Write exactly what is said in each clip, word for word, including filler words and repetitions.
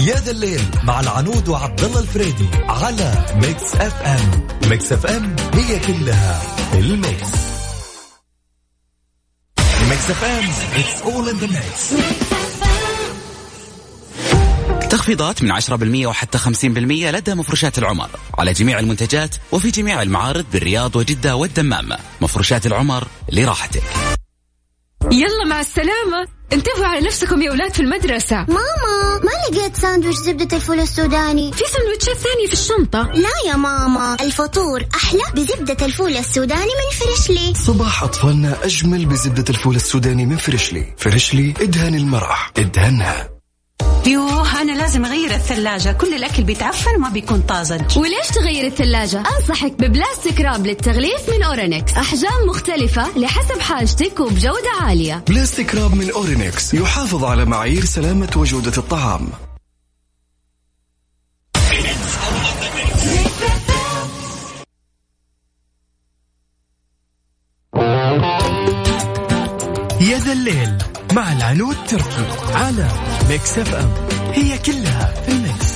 يا ذا الليل مع العنود وعبد الله الفريدي على ميكس اف ام. ميكس اف ام هي كلها الميكس. ميكس اف ام it's all in the mix. تخفيضات من عشرة بالمئة وحتى خمسين بالمئة لدى مفروشات العمر على جميع المنتجات وفي جميع المعارض بالرياض وجدة والدمام. مفروشات العمر لراحتك. يلا مع السلامة، انتبهوا على نفسكم يا أولاد في المدرسة. ماما ما لقيت ساندويش زبدة الفول السوداني. في سندوتشات ثانية في الشنطة. لا يا ماما، الفطور أحلى بزبدة الفول السوداني من فريشلي. صباح أطفالنا أجمل بزبدة الفول السوداني من فريشلي. فريشلي ادهن المرح، ادهنها. يوه أنا لازم أغير الثلاجة، كل الأكل بيتعفن وما بيكون طازج. وليش تغير الثلاجة؟ أنصحك ببلاستيك راب للتغليف من أورينكس، أحجام مختلفة لحسب حاجتك وبجودة عالية. بلاستيك راب من أورينكس يحافظ على معايير سلامة وجودة الطعام. يا ذا الليل مع العنود تركي على ميكس اف ام، هي كلها في الميكس.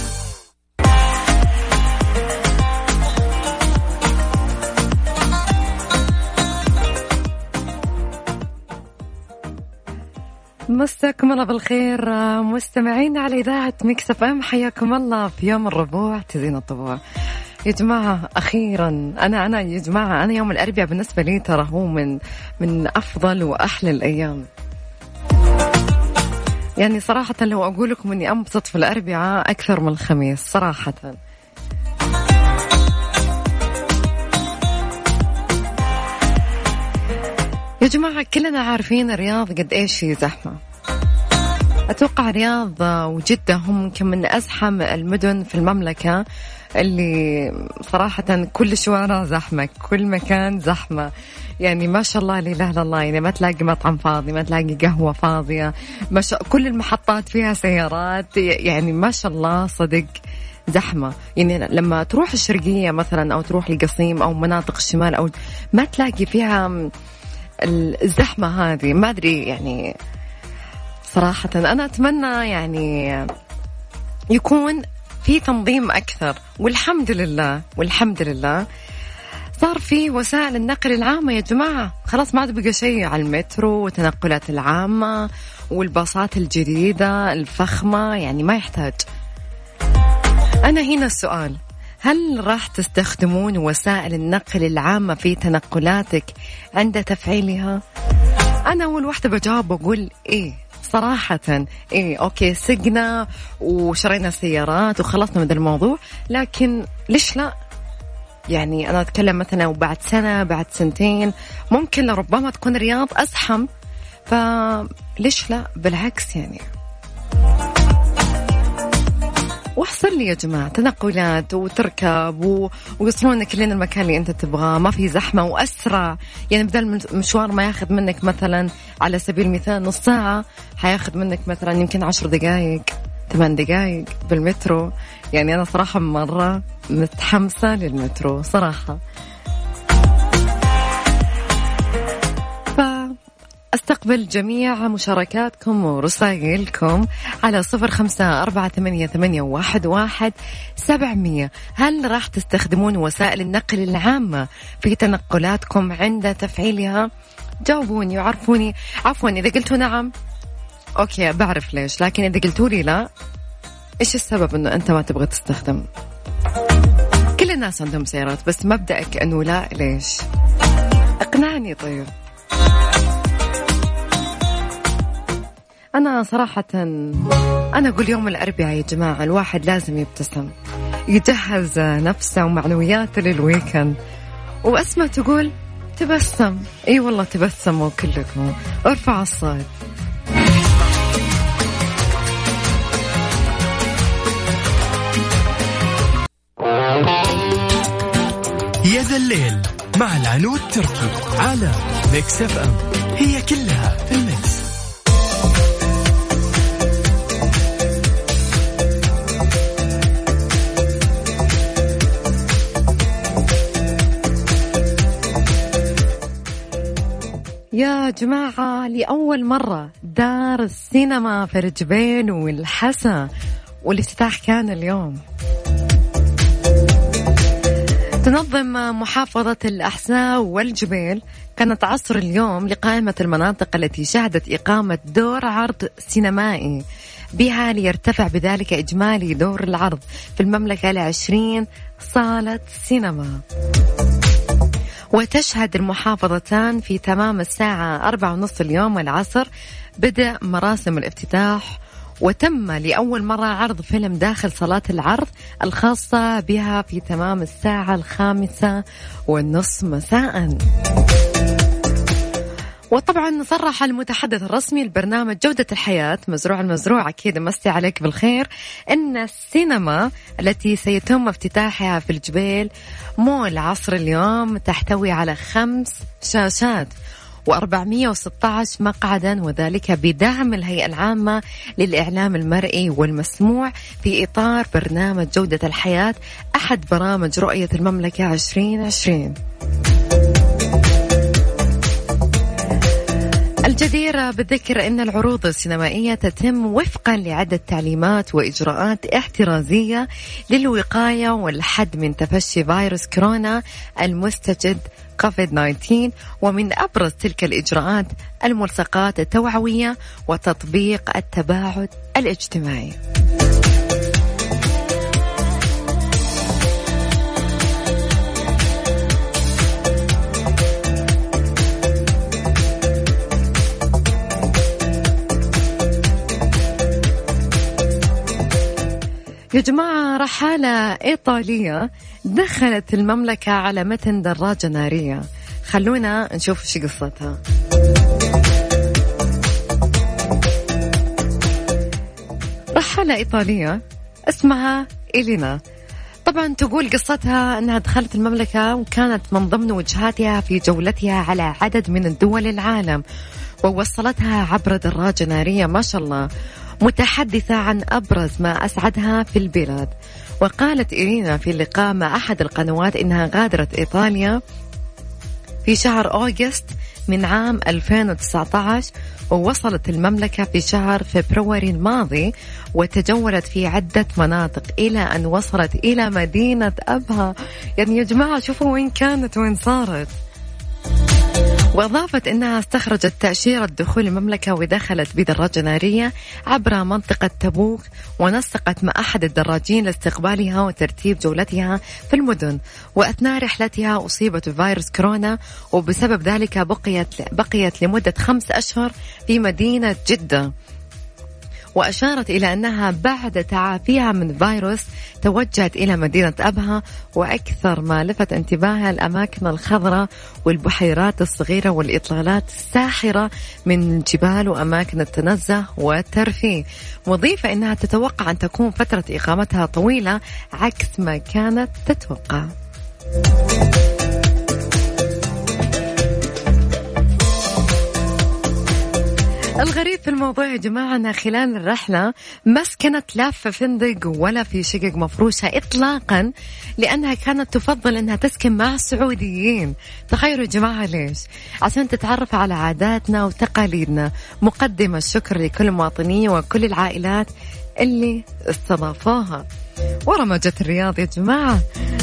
مساكم الله بالخير مستمعين على إذاعة ميكس اف ام، حياكم الله في يوم الربوع تزين الطبوع. يا جماعة أخيرا أنا أنا يا جماعة أنا يوم الأربعاء بالنسبة لي ترى هو من من أفضل وأحلى الأيام. يعني صراحة لو أقول لكم إني أنبسط في الأربعاء أكثر من الخميس صراحة. يا جماعة كلنا عارفين الرياض قد إيش هي زحمة. أتوقع الرياض وجدة هم يمكن من أزحم المدن في المملكة، اللي صراحة كل شوارع زحمة، كل مكان زحمة. يعني ما شاء الله لا إله إلا الله، يعني ما تلاقي مطعم فاضي، ما تلاقي قهوة فاضية، ما شاء كل المحطات فيها سيارات. يعني ما شاء الله صدق زحمة. يعني لما تروح الشرقية مثلا أو تروح القصيم أو مناطق الشمال أو ما تلاقي فيها الزحمة هذه. ما أدري يعني صراحة أنا أتمنى يعني يكون في تنظيم أكثر، والحمد لله والحمد لله صار في وسائل النقل العامة يا جماعة. خلاص ما عاد بقى شيء على المترو والتنقلات العامة والباصات الجديدة الفخمة، يعني ما يحتاج. أنا هنا السؤال، هل راح تستخدمون وسائل النقل العامة في تنقلاتك عند تفعيلها؟ أنا أول واحدة بجاوب بقول إيه صراحة إيه. أوكي سقنا وشرينا سيارات وخلصنا من الموضوع، لكن ليش لا؟ يعني أنا أتكلم مثلا وبعد سنة بعد سنتين ممكن لربما تكون الرياض أزحم، فليش لا؟ بالعكس يعني. واحصل لي يا جماعة تنقلات وتركب و... ويوصلونك لين المكان اللي أنت تبغاه، ما في زحمة وأسرع. يعني بدل مشوار ما ياخذ منك مثلا على سبيل المثال نص ساعة، حياخذ منك مثلا يمكن عشر دقائق ثمان دقائق بالمترو. يعني أنا صراحة مرة متحمسة للمترو صراحة. أستقبل جميع مشاركاتكم ورسائلكم على صفر خمسة أربعة ثمانية ثمانية واحد واحد سبعمية. هل راح تستخدمون وسائل النقل العامة في تنقلاتكم عند تفعيلها؟ جاوبوني وعرفوني. عفوا إذا قلتوا نعم أوكي بعرف ليش، لكن إذا قلتوا لي لا، إيش السبب إنه أنت ما تبغى تستخدم؟ كل الناس عندهم سيارات، بس مبدأك إنه لا، ليش؟ اقنعني طيب. أنا صراحة أنا أقول يوم الأربعاء يا جماعة الواحد لازم يبتسم، يجهز نفسه ومعنوياته للويكند. وأسمع تقول تبسم، أي والله تبسموا كلكم، ارفع الصوت. يا ذا الليل مع العنود تركي على ميكس اف ام، هي كلها في الميكس. يا جماعة لأول مرة دار السينما في رجبين والحسا والافتتاح كان اليوم. تنظم محافظة الأحساء والجبيل قناة عصر اليوم لقائمة المناطق التي شهدت إقامة دور عرض سينمائي بها ليرتفع بذلك إجمالي دور العرض في المملكة لعشرين صالة سينما. وتشهد المحافظتان في تمام الساعة أربعة ونصف اليوم والعصر بدء مراسم الافتتاح، وتم لأول مرة عرض فيلم داخل صالات العرض الخاصة بها في تمام الساعة الخامسة والنصف مساء. وطبعا صرح المتحدث الرسمي لبرنامج جودة الحياة مزروع المزروع، أكيد مسي عليك بالخير، أن السينما التي سيتم افتتاحها في الجبيل مول عصر اليوم تحتوي على خمس شاشات وأربعمائة وستة عشر مقعدا، وذلك بدعم الهيئة العامة للإعلام المرئي والمسموع في إطار برنامج جودة الحياة أحد برامج رؤية المملكة عشرين عشرين. الجدير بالذكر أن العروض السينمائية تتم وفقا لعدة تعليمات وإجراءات احترازية للوقاية والحد من تفشي فيروس كورونا المستجد كوفيد تسعة عشر، ومن أبرز تلك الإجراءات الملصقات التوعوية وتطبيق التباعد الاجتماعي. يا جماعة، رحالة إيطالية دخلت المملكة على متن دراجة نارية، خلونا نشوف شو قصتها. رحالة إيطالية اسمها إلينا، طبعا تقول قصتها أنها دخلت المملكة وكانت من ضمن وجهاتها في جولتها على عدد من الدول العالم، ووصلتها عبر دراجة نارية ما شاء الله، متحدثة عن أبرز ما أسعدها في البلاد. وقالت إيرينا في لقاء مع أحد القنوات إنها غادرت إيطاليا في شهر أغسطس من عام ألفين وتسعة عشر، ووصلت المملكة في شهر فبراير الماضي، وتجولت في عدة مناطق إلى أن وصلت إلى مدينة أبها. يعني يا جماعة شوفوا وين كانت وين صارت. وأضافت أنها استخرجت تأشيرة دخول المملكة ودخلت بدراجة نارية عبر منطقة تبوك، ونسقت مع أحد الدراجين لاستقبالها وترتيب جولتها في المدن. وأثناء رحلتها أصيبت بفيروس كورونا، وبسبب ذلك بقيت بقيت لمدة خمس أشهر في مدينة جدة. وأشارت إلى أنها بعد تعافيها من فيروس توجهت إلى مدينة أبها، وأكثر ما لفت انتباهها الأماكن الخضراء والبحيرات الصغيرة والإطلالات الساحرة من الجبال وأماكن التنزه والترفيه، مضيفة أنها تتوقع أن تكون فترة إقامتها طويلة عكس ما كانت تتوقع. الغريب في الموضوع يا جماعة أنها خلال الرحلة ما سكنت لا في فندق ولا في شقق مفروشة إطلاقا، لأنها كانت تفضل أنها تسكن مع السعوديين. تخيلوا يا جماعة ليش؟ عشان تتعرف على عاداتنا وتقاليدنا. مقدمة الشكر لكل المواطنين وكل العائلات اللي استضافوها. ورا ما جت الرياض يا جماعة.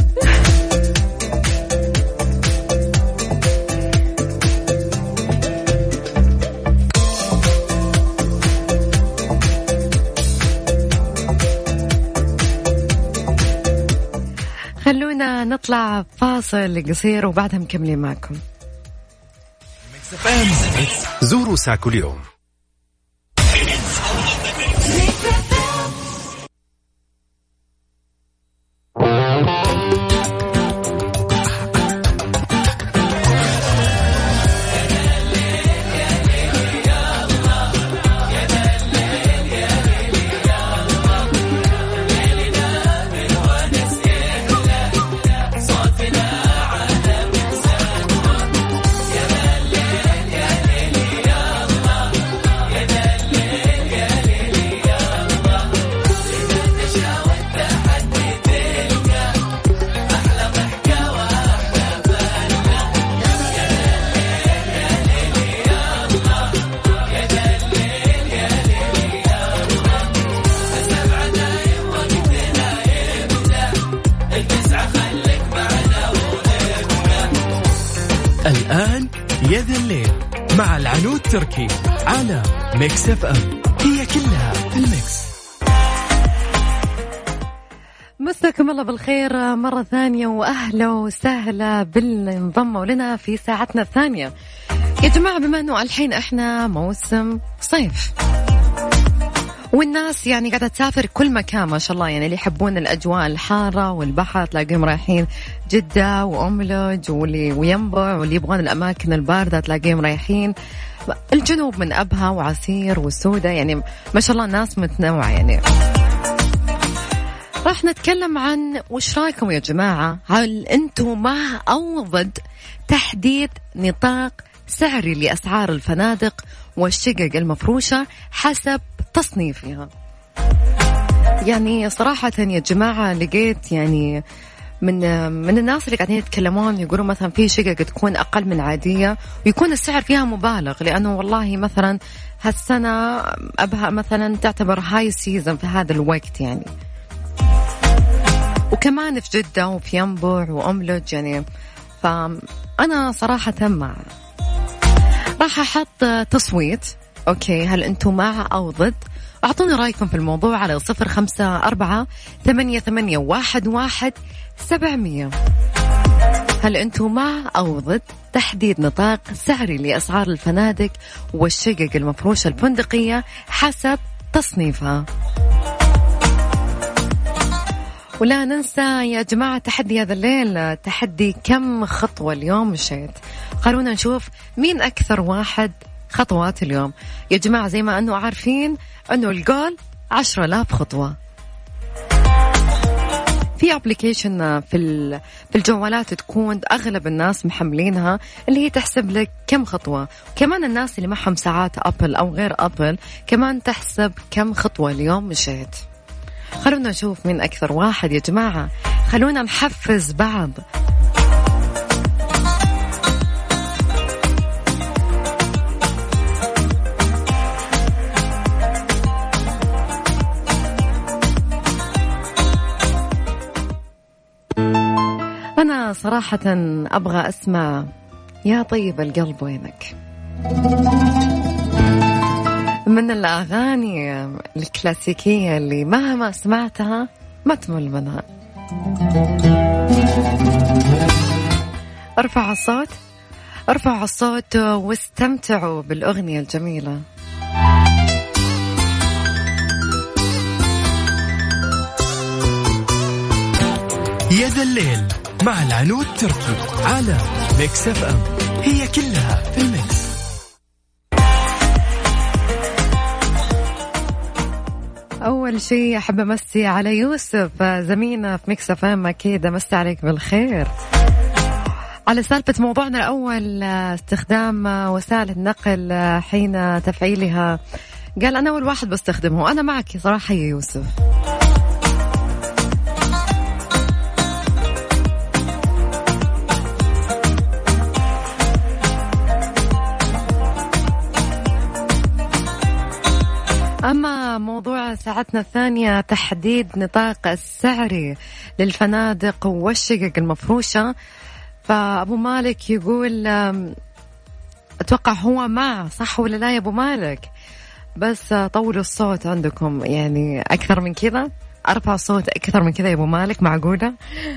خلونا نطلع فاصل قصير وبعدها مكملين معكم. زوروا ساكو اليوم. مع العنود تركي على ميكس اف ام، هي كلها في الميكس. مساكم الله بالخير مرة ثانية وأهلا وسهلا بالانضموا لنا في ساعتنا الثانية يا جماعة. بما أنه الحين إحنا موسم صيف والناس يعني قاعدة تسافر كل مكان ما شاء الله، يعني اللي يحبون الأجواء الحارة والبحر تلاقيهم رايحين جدة وأملج، واللي وينبع، واللي يبغون الأماكن الباردة تلاقيهم رايحين الجنوب من أبها وعسير وسودة، يعني ما شاء الله الناس متنوعة. يعني راح نتكلم عن وش رايكم يا جماعة، هل أنتم مع أو ضد تحديد نطاق سعري لأسعار الفنادق والشقق المفروشة حسب تصنيفها؟ يعني صراحة يا جماعة لقيت يعني من من الناس اللي قاعدين يتكلمون يقولون مثلا في شقق تكون أقل من عادية ويكون السعر فيها مبالغ، لأنه والله مثلا هالسنة أبها مثلا تعتبر هاي سيزن في هذا الوقت يعني. وكمان في جدة وفي ينبع وأملج يعني. فأنا صراحة مع، راح أحط تصويت أوكي، هل أنتم مع أو ضد؟ أعطوني رأيكم في الموضوع على صفر خمسة أربعة ثمانية ثمانية واحد واحد سبعمية. هل أنتم مع أو ضد تحديد نطاق سعري لأسعار الفنادق والشقق المفروشة الفندقية حسب تصنيفها؟ ولا ننسى يا جماعة تحدي هذا الليل، تحدي كم خطوة اليوم مشيت. خلونا نشوف مين أكثر واحد خطوات اليوم يا جماعة. زي ما أنه عارفين أنه الجول عشرة آلاف خطوة. في أبليكيشن في في الجوالات تكون أغلب الناس محملينها اللي هي تحسب لك كم خطوة. كمان الناس اللي معهم ساعات أبل أو غير أبل كمان تحسب كم خطوة اليوم مشيت. خلونا نشوف مين أكثر واحد يا جماعة، خلونا نحفز بعض. أنا صراحة أبغى أسمع يا طيب القلب وينك، من الأغاني الكلاسيكية اللي مهما سمعتها ما تمل منها. ارفع الصوت، ارفع الصوت واستمتعوا بالأغنية الجميلة. يا ذا الليل مع العنود تركي على ميكس اف ام، هي كلها في الميكس. أول شيء أحب أمسي على يوسف زميلنا في ميكس اف ام، أكيد أمسي عليك بالخير. على سالفة موضوعنا الأول، استخدام وسائل النقل حين تفعيلها، قال أنا أول واحد بستخدمه. أنا معك صراحة يا يوسف. أما موضوع ساعتنا الثانية تحديد نطاق السعري للفنادق والشقق المفروشة، فأبو مالك يقول أتوقع هو مع، صح ولا لا يا أبو مالك؟ بس طولوا الصوت عندكم يعني أكثر من كذا، أرفع الصوت أكثر من كذا يا أبو مالك، معقولة؟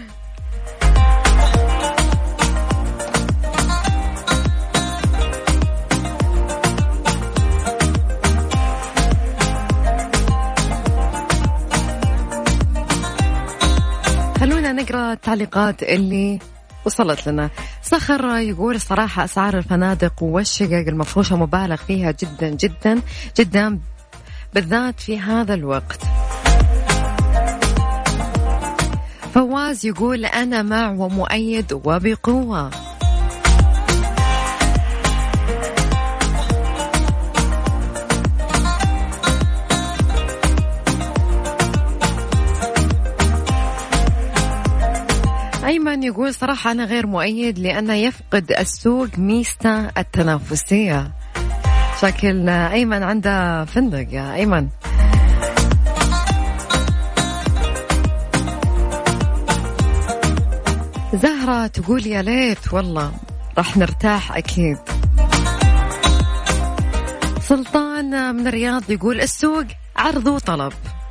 خلونا نقرأ التعليقات اللي وصلت لنا. صخر يقول صراحة أسعار الفنادق والشقق المفروشة مبالغ فيها جدا جدا جدا، بالذات في هذا الوقت. فواز يقول أنا مع ومؤيد وبقوة. أيمن يقول صراحة أنا غير مؤيد، لأنه يفقد السوق ميزته التنافسية. شكل أيمن عنده فندق يا أيمن. زهرة تقول يا ليت والله راح نرتاح أكيد. سلطان من الرياض يقول السوق عرض وطلب.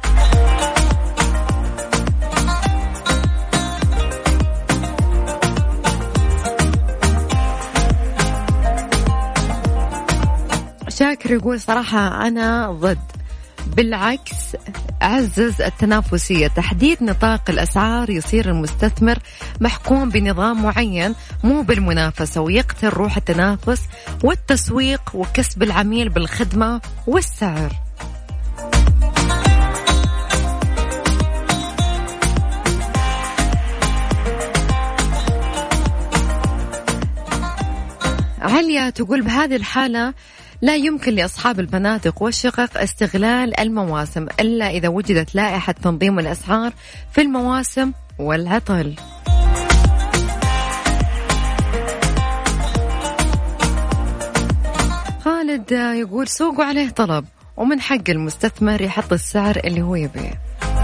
شاكر يقول صراحة أنا ضد، بالعكس عزز التنافسية، تحديد نطاق الأسعار يصير المستثمر محكوم بنظام معين مو بالمنافسة، ويقتل روح التنافس والتسويق وكسب العميل بالخدمة والسعر. عليا تقول بهذه الحالة لا يمكن لأصحاب الفنادق والشقق استغلال المواسم إلا إذا وجدت لائحة تنظيم الأسعار في المواسم والعطل. خالد يقول سوق عليه طلب ومن حق المستثمر يحط السعر اللي هو يبيه.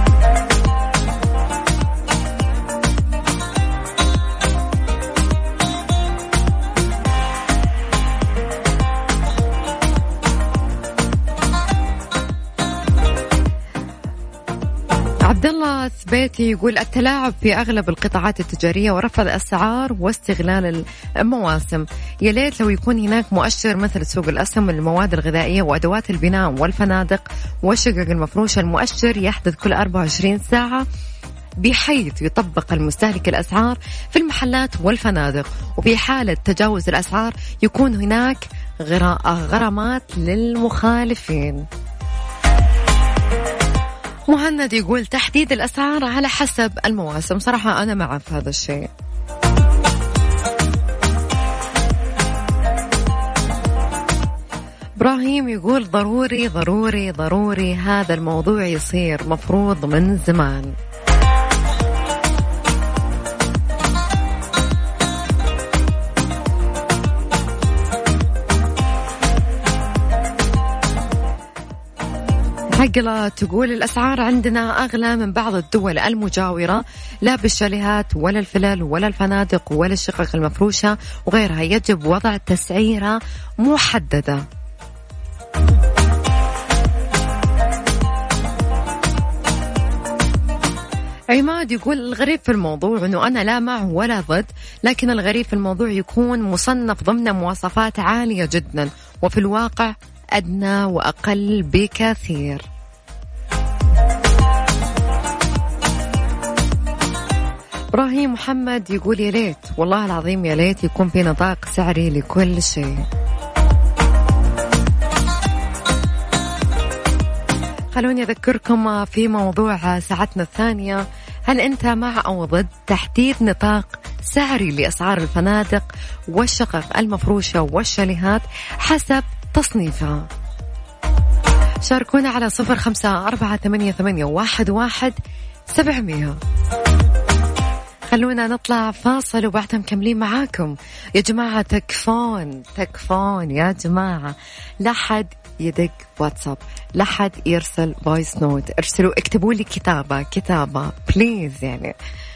عبد الله ثبيتي يقول التلاعب في أغلب القطاعات التجارية ورفع الأسعار واستغلال المواسم. يا ليت لو يكون هناك مؤشر مثل سوق الأسهم والمواد الغذائية وأدوات البناء والفنادق والشقق المفروشة، المؤشر يحدث كل أربعة وعشرين ساعة بحيث يطبق المستهلك الأسعار في المحلات والفنادق، وفي حالة تجاوز الأسعار يكون هناك غرامات للمخالفين. مهند يقول تحديد الأسعار على حسب المواسم. صراحة أنا معه في هذا الشيء. إبراهيم يقول ضروري ضروري ضروري هذا الموضوع يصير، مفروض من زمان. حقلا تقول الأسعار عندنا أغلى من بعض الدول المجاورة، لا بالشاليهات ولا الفلل ولا الفنادق ولا الشقق المفروشة وغيرها، يجب وضع تسعيرة محددة. عماد يقول الغريب في الموضوع أنه أنا لا مع ولا ضد، لكن الغريب في الموضوع يكون مصنف ضمن مواصفات عالية جدا وفي الواقع أدنى وأقل بكثير. إبراهيم محمد يقول يا ليت، والله العظيم يا ليت يكون في نطاق سعري لكل شيء. خلوني أذكركم في موضوع ساعتنا الثانية، هل أنت مع أو ضد تحديد نطاق سعري لأسعار الفنادق والشقق المفروشة والشاليهات حسب تصنيفها؟ شاركونا على صفر خمسة أربعة ثمانية ثمانية واحد واحد سبعمية. خلونا نطلع فاصل وبعدها مكملين معاكم. يا جماعة تكفون تكفون يا جماعة، لا حد يدق واتساب، لا حد يرسل فويس نوت، ارسلوا اكتبوا لي كتابة كتابة بليز يعني.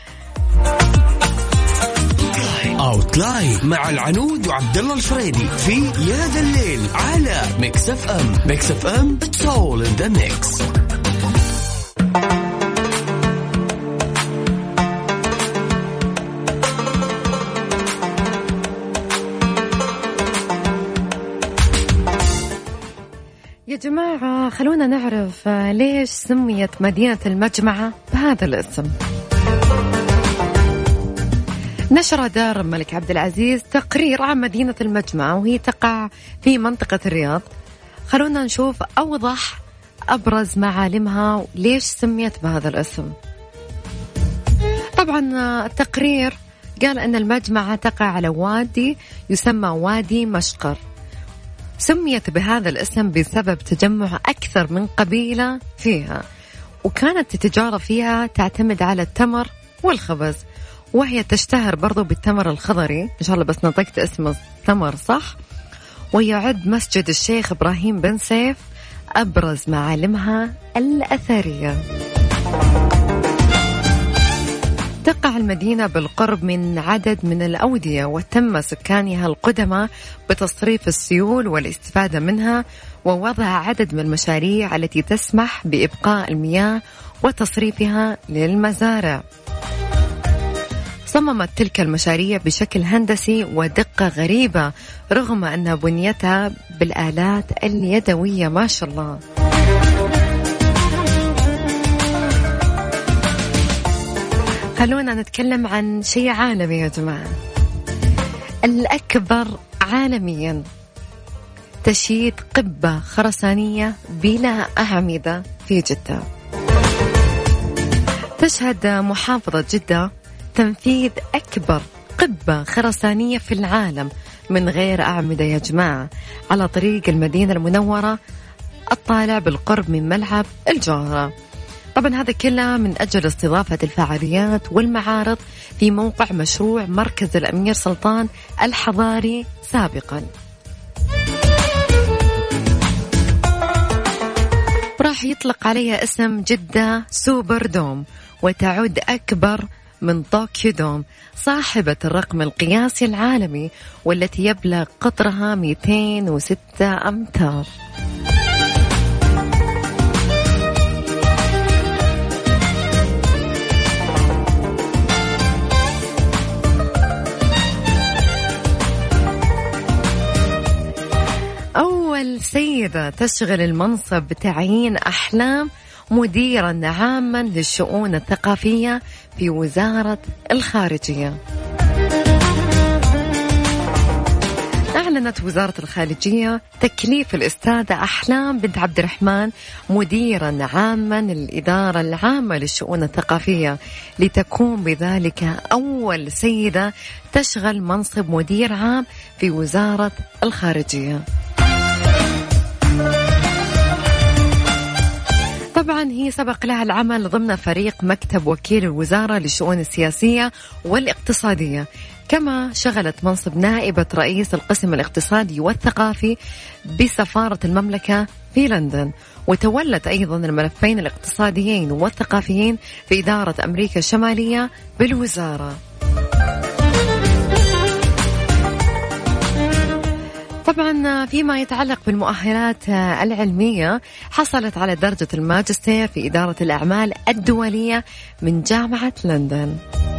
أوتلاين مع العنود وعبد الله الفريدي في يا ذا الليل على ميكس اف ام. ميكس اف ام it's all in the mix. يا جماعة خلونا نعرف ليش سميت مدينة المجمعة بهذا الاسم. نشر دار الملك عبد العزيز تقرير عن مدينة المجمعة وهي تقع في منطقة الرياض. خلونا نشوف أوضح أبرز معالمها ليش سميت بهذا الاسم. طبعا التقرير قال أن المجمعة تقع على وادي يسمى وادي مشقر، سميت بهذا الاسم بسبب تجمع أكثر من قبيلة فيها، وكانت التجارة فيها تعتمد على التمر والخبز، وهي تشتهر برضو بالتمر الخضري، إن شاء الله بس نطقت اسم التمر صح. ويعد مسجد الشيخ إبراهيم بن سيف أبرز معالمها الأثرية. تقع المدينة بالقرب من عدد من الأودية، وتم سكانها القدماء بتصريف السيول والاستفادة منها، ووضع عدد من المشاريع التي تسمح بإبقاء المياه وتصريفها للمزارع. صممت تلك المشاريع بشكل هندسي ودقة غريبة رغم أن بنيتها بالآلات اليدوية. ما شاء الله. خلونا نتكلم عن شيء عالمي يا جماعة، الأكبر عالميا، تشييد قبة خرسانية بلا أعمدة في جدة. تشهد محافظة جدة تنفيذ أكبر قبة خرسانية في العالم من غير أعمدة يا جماعة على طريق المدينة المنورة الطالع بالقرب من ملعب الجوهرة. طبعا هذا كله من أجل استضافة الفعاليات والمعارض في موقع مشروع مركز الأمير سلطان الحضاري سابقا. راح يطلق عليها اسم جدة سوبر دوم، وتعد أكبر من طوكيو دوم صاحبة الرقم القياسي العالمي، والتي يبلغ قطرها مئتين وستة أمتار. أول سيدة تشغل المنصب بتعيين أحلام مديرا عاما للشؤون الثقافية في وزارة الخارجية. أعلنت وزارة الخارجية تكليف الأستاذة أحلام بنت عبد الرحمن مديرا عاما للإدارة العامة للشؤون الثقافية، لتكون بذلك أول سيدة تشغل منصب مدير عام في وزارة الخارجية. طبعا هي سبق لها العمل ضمن فريق مكتب وكيل الوزارة للشؤون السياسية والاقتصادية، كما شغلت منصب نائبة رئيس القسم الاقتصادي والثقافي بسفارة المملكة في لندن، وتولت أيضا الملفين الاقتصاديين والثقافيين في إدارة أمريكا الشمالية بالوزارة. طبعا فيما يتعلق بالمؤهلات العلمية، حصلت على درجة الماجستير في إدارة الأعمال الدولية من جامعة لندن.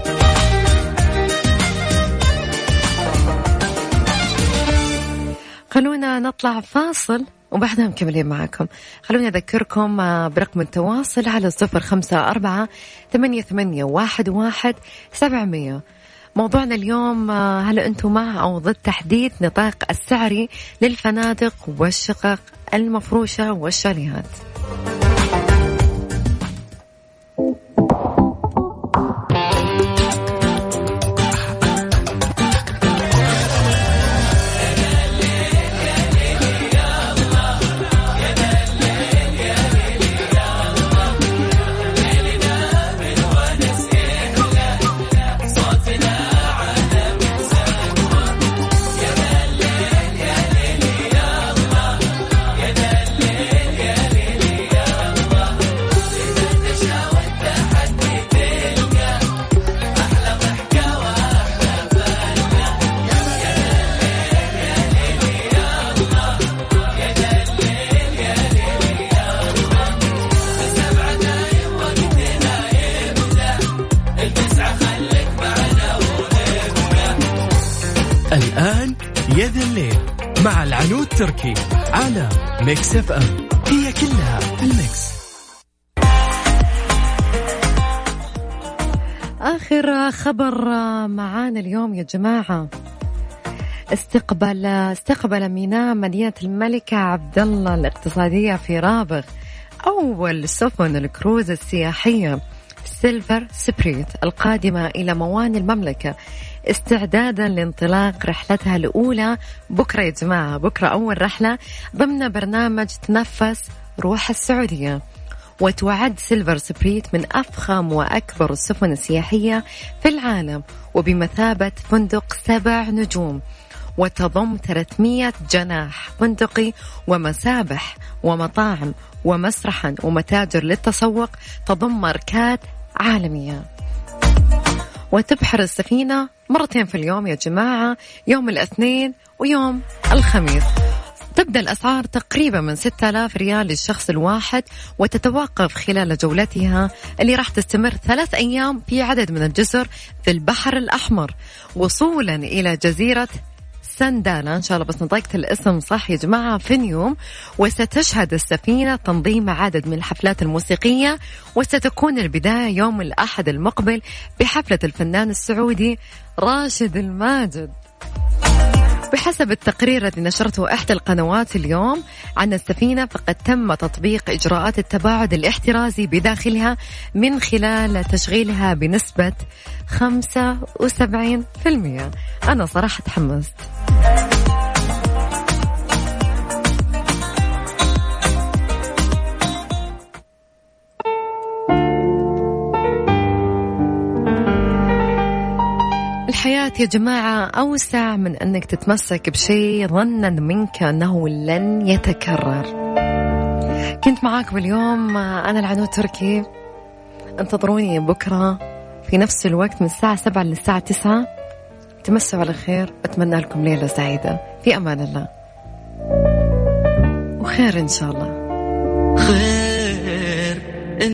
خلونا نطلع فاصل وبعدها مكملين معكم. خلونا أذكركم برقم التواصل على صفر خمسة أربعة ثمانية ثمانية واحد واحد سبعمية. موضوعنا اليوم، هل أنتم مع أو ضد تحديد نطاق السعري للفنادق والشقق المفروشة والشاليهات؟ الآن يا ذا الليل مع العنود تركي على ميكس اف ام، هي كلها في الميكس. آخر خبر معانا اليوم يا جماعة، استقبل استقبل ميناء مدينة الملكة عبدالله الاقتصادية في رابغ أول سفن الكروز السياحية سيلفر سبريت القادمة إلى موانئ المملكة، استعدادا لانطلاق رحلتها الأولى بكرة يا جماعة. بكرة أول رحلة ضمن برنامج تنفس روح السعودية. وتعد سيلفر سبريت من أفخم وأكبر السفن السياحية في العالم، وبمثابة فندق سبع نجوم، وتضم ثلاثمئة جناح فندقي ومسابح ومطاعم ومسرحا ومتاجر للتسوق، تضم ماركات عالمية. وتبحر السفينة مرتين في اليوم يا جماعة، يوم الاثنين ويوم الخميس. تبدأ الأسعار تقريبا من ستة آلاف ريال للشخص الواحد، وتتوقف خلال جولتها اللي راح تستمر ثلاث أيام في عدد من الجزر في البحر الأحمر، وصولا إلى جزيرة سندالا، إن شاء الله بس نطقت الاسم صح يا جماعة، في نيوم. وستشهد السفينة تنظيم عدد من الحفلات الموسيقية، وستكون البداية يوم الأحد المقبل بحفلة الفنان السعودي راشد الماجد. بحسب التقرير الذي نشرته إحدى القنوات اليوم عن السفينة، فقد تم تطبيق إجراءات التباعد الاحترازي بداخلها من خلال تشغيلها بنسبة خمسة وسبعين بالمئة. أنا صراحة تحمست. الحياة يا جماعة أوسع من أنك تتمسك بشيء ظنا منك أنه لن يتكرر. كنت معاكم اليوم أنا العنود تركي، انتظروني بكرة في نفس الوقت من الساعة سبعة للساعة تسعة. تمسوا على خير، أتمنى لكم ليلة سعيدة، في أمان الله وخير إن شاء الله.